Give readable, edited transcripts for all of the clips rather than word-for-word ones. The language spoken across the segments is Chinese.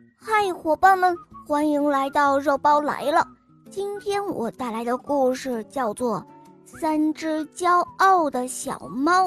嗨，伙伴们，欢迎来到肉包来了。今天我带来的故事叫做《三只骄傲的小猫》。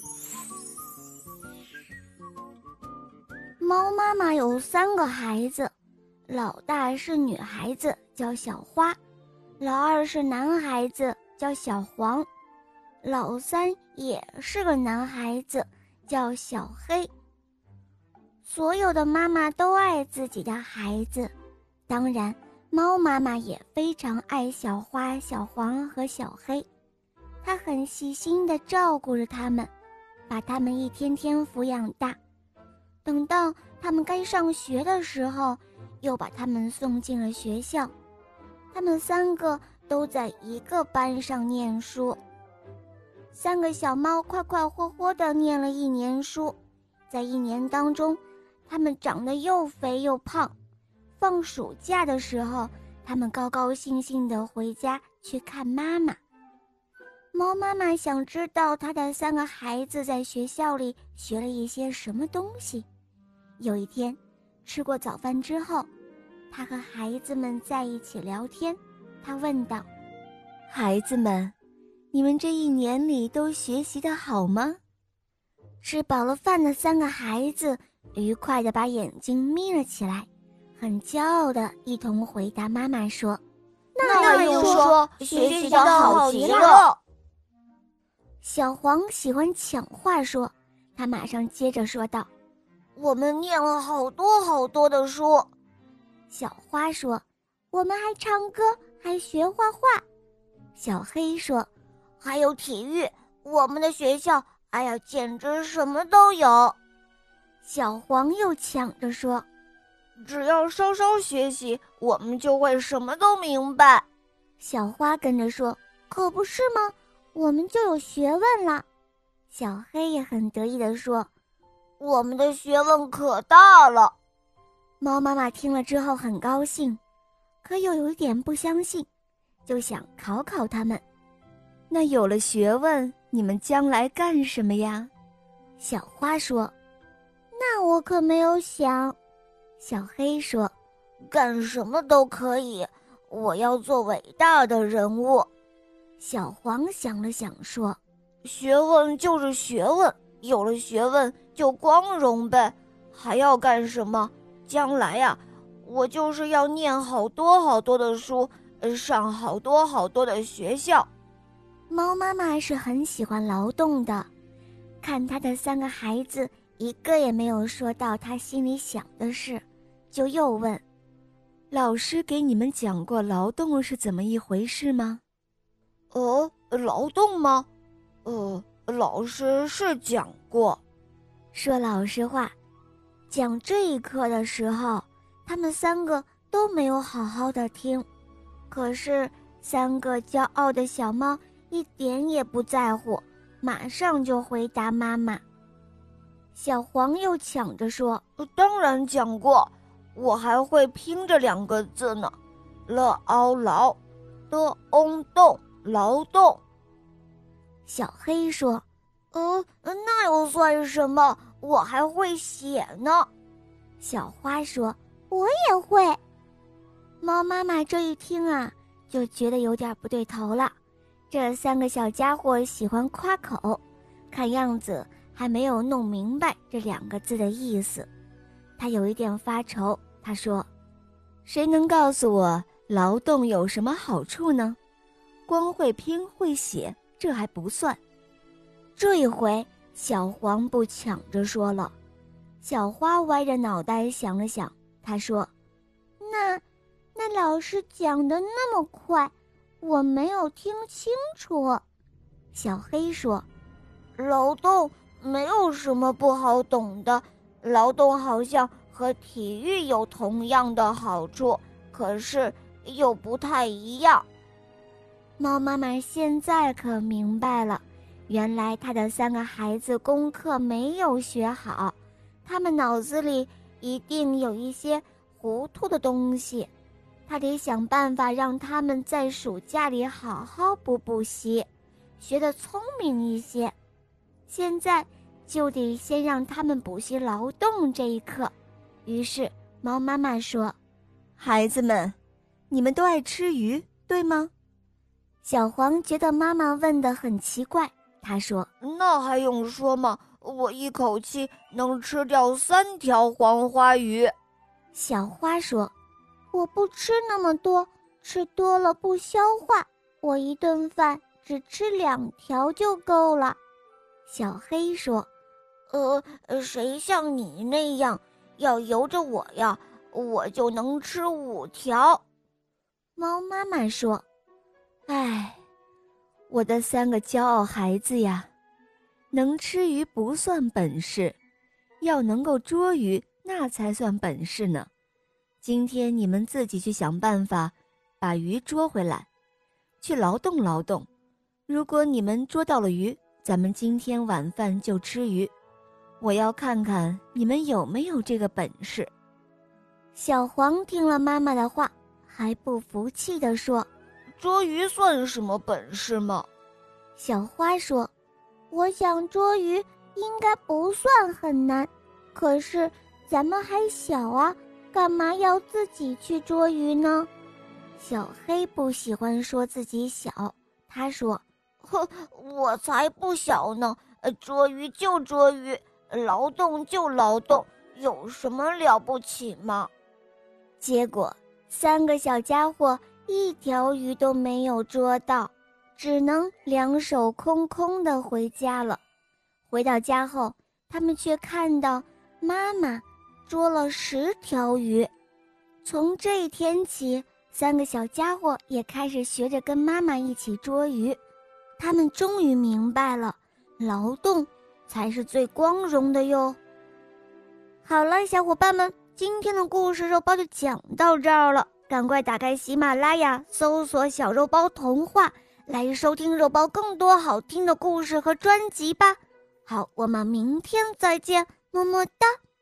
猫妈妈有3个孩子，老大是女孩子，叫小花；老二是男孩子，叫小黄；老三也是个男孩子，叫小黑。所有的妈妈都爱自己的孩子，当然，猫妈妈也非常爱小花、小黄和小黑。她很细心地照顾着它们，把它们一天天抚养大。等到它们该上学的时候，又把它们送进了学校。它们3个都在一个班上念书。3个小猫快快活活地念了1年书，在1年当中，它们长得又肥又胖。放暑假的时候，它们高高兴兴地回家去看妈妈。猫妈妈想知道她的3个孩子在学校里学了一些什么东西。有一天，吃过早饭之后，她和孩子们在一起聊天。她问道：“ 孩子们，你们这1年里都学习得好吗？” 吃饱了饭的3个孩子愉快地把眼睛眯了起来，很骄傲地一同回答妈妈说：“ 那又说学习得好极了。” 小黄喜欢抢话说，他马上接着说道：“ 我们念了好多好多的书。” 小花说：“我们还唱歌，还学画画。”小黑说：“ 还有体育，我们的学校，哎呀，简直什么都有。” 小黄又抢着说：“ 只要稍稍学习，我们就会什么都明白。” 小花跟着说：“可不是吗？我们就有学问了。”小黑也很得意地说：“ 我们的学问可大了。” 猫妈妈听了之后很高兴，可又有一点不相信，就想考考他们。 那有了学问，你们将来干什么呀？ 小花说：“那我可没有想。”小黑说：“ 干什么都可以，我要做伟大的人物。” 小黄想了想说：“ 学问就是学问，有了学问就光荣呗，还要干什么？将来呀，我就是要念好多好多的书，上好多好多的学校。” 猫妈妈是很喜欢劳动的，看她的3个孩子一个也没有说到她心里想的事，就又问：“ 老师给你们讲过劳动是怎么一回事吗？” 劳动吗？老师是讲过。 说老实话，讲这一课的时候，他们3个都没有好好的听。可是3个骄傲的小猫一点也不在乎，马上就回答妈妈。小黄又抢着说：“ 当然讲过，我还会拼这2个字呢，l 劳的翁动劳动。” 小黑说：“ 那又算什么？我还会写呢。” 小花说：“我也会。”猫妈妈这一听啊，就觉得有点不对头了。这3个小家伙喜欢夸口，看样子还没有弄明白这2个字的意思。他有一点发愁，他说：“ 谁能告诉我劳动有什么好处呢？光会拼会写，这还不算。” 这一回小黄不抢着说了。小花歪着脑袋想了想，他说：“那老师讲得那么快，我没有听清楚。”小黑说：“ 劳动没有什么不好懂的，劳动好像和体育有同样的好处，可是又不太一样。” 猫妈妈现在可明白了，原来她的3个孩子功课没有学好，他们脑子里一定有一些糊涂的东西，她得想办法让他们在暑假里好好补习，学得聪明一些。现在就得先让他们补习劳动这一课，于是猫妈妈说：“ 孩子们，你们都爱吃鱼，对吗？” 小黄觉得妈妈问得很奇怪，他说：“ 那还用说吗？我一口气能吃掉3条黄花鱼。” 小花说：“我不吃那么多，吃多了不消化，我一顿饭只吃2条就够了。”小黑说：“ 谁像你那样，要由着我呀，我就能吃5条。” 猫妈妈说：“ 唉，我的3个骄傲孩子呀，能吃鱼不算本事，要能够捉鱼那才算本事呢。今天你们自己去想办法把鱼捉回来，去劳动劳动。如果你们捉到了鱼，咱们今天晚饭就吃鱼。我要看看你们有没有这个本事。” 小黄听了妈妈的话，还不服气地说：“ 捉鱼算什么本事吗？” 小花说：“我想捉鱼应该不算很难，可是咱们还小啊，干嘛要自己去捉鱼呢？”小黑不喜欢说自己小，他说：“ 哼，我才不小呢！捉鱼就捉鱼，劳动就劳动，有什么了不起吗？” 结果3个小家伙1条鱼都没有捉到，只能2手空空地回家了。回到家后，他们却看到妈妈捉了10条鱼。从这一天起，3个小家伙也开始学着跟妈妈一起捉鱼。他们终于明白了，劳动才是最光荣的哟。好了，小伙伴们，今天的故事肉包就讲到这儿了，赶快打开喜马拉雅，搜索小肉包童话，来收听肉包更多好听的故事和专辑吧。好，我们明天再见，么么哒。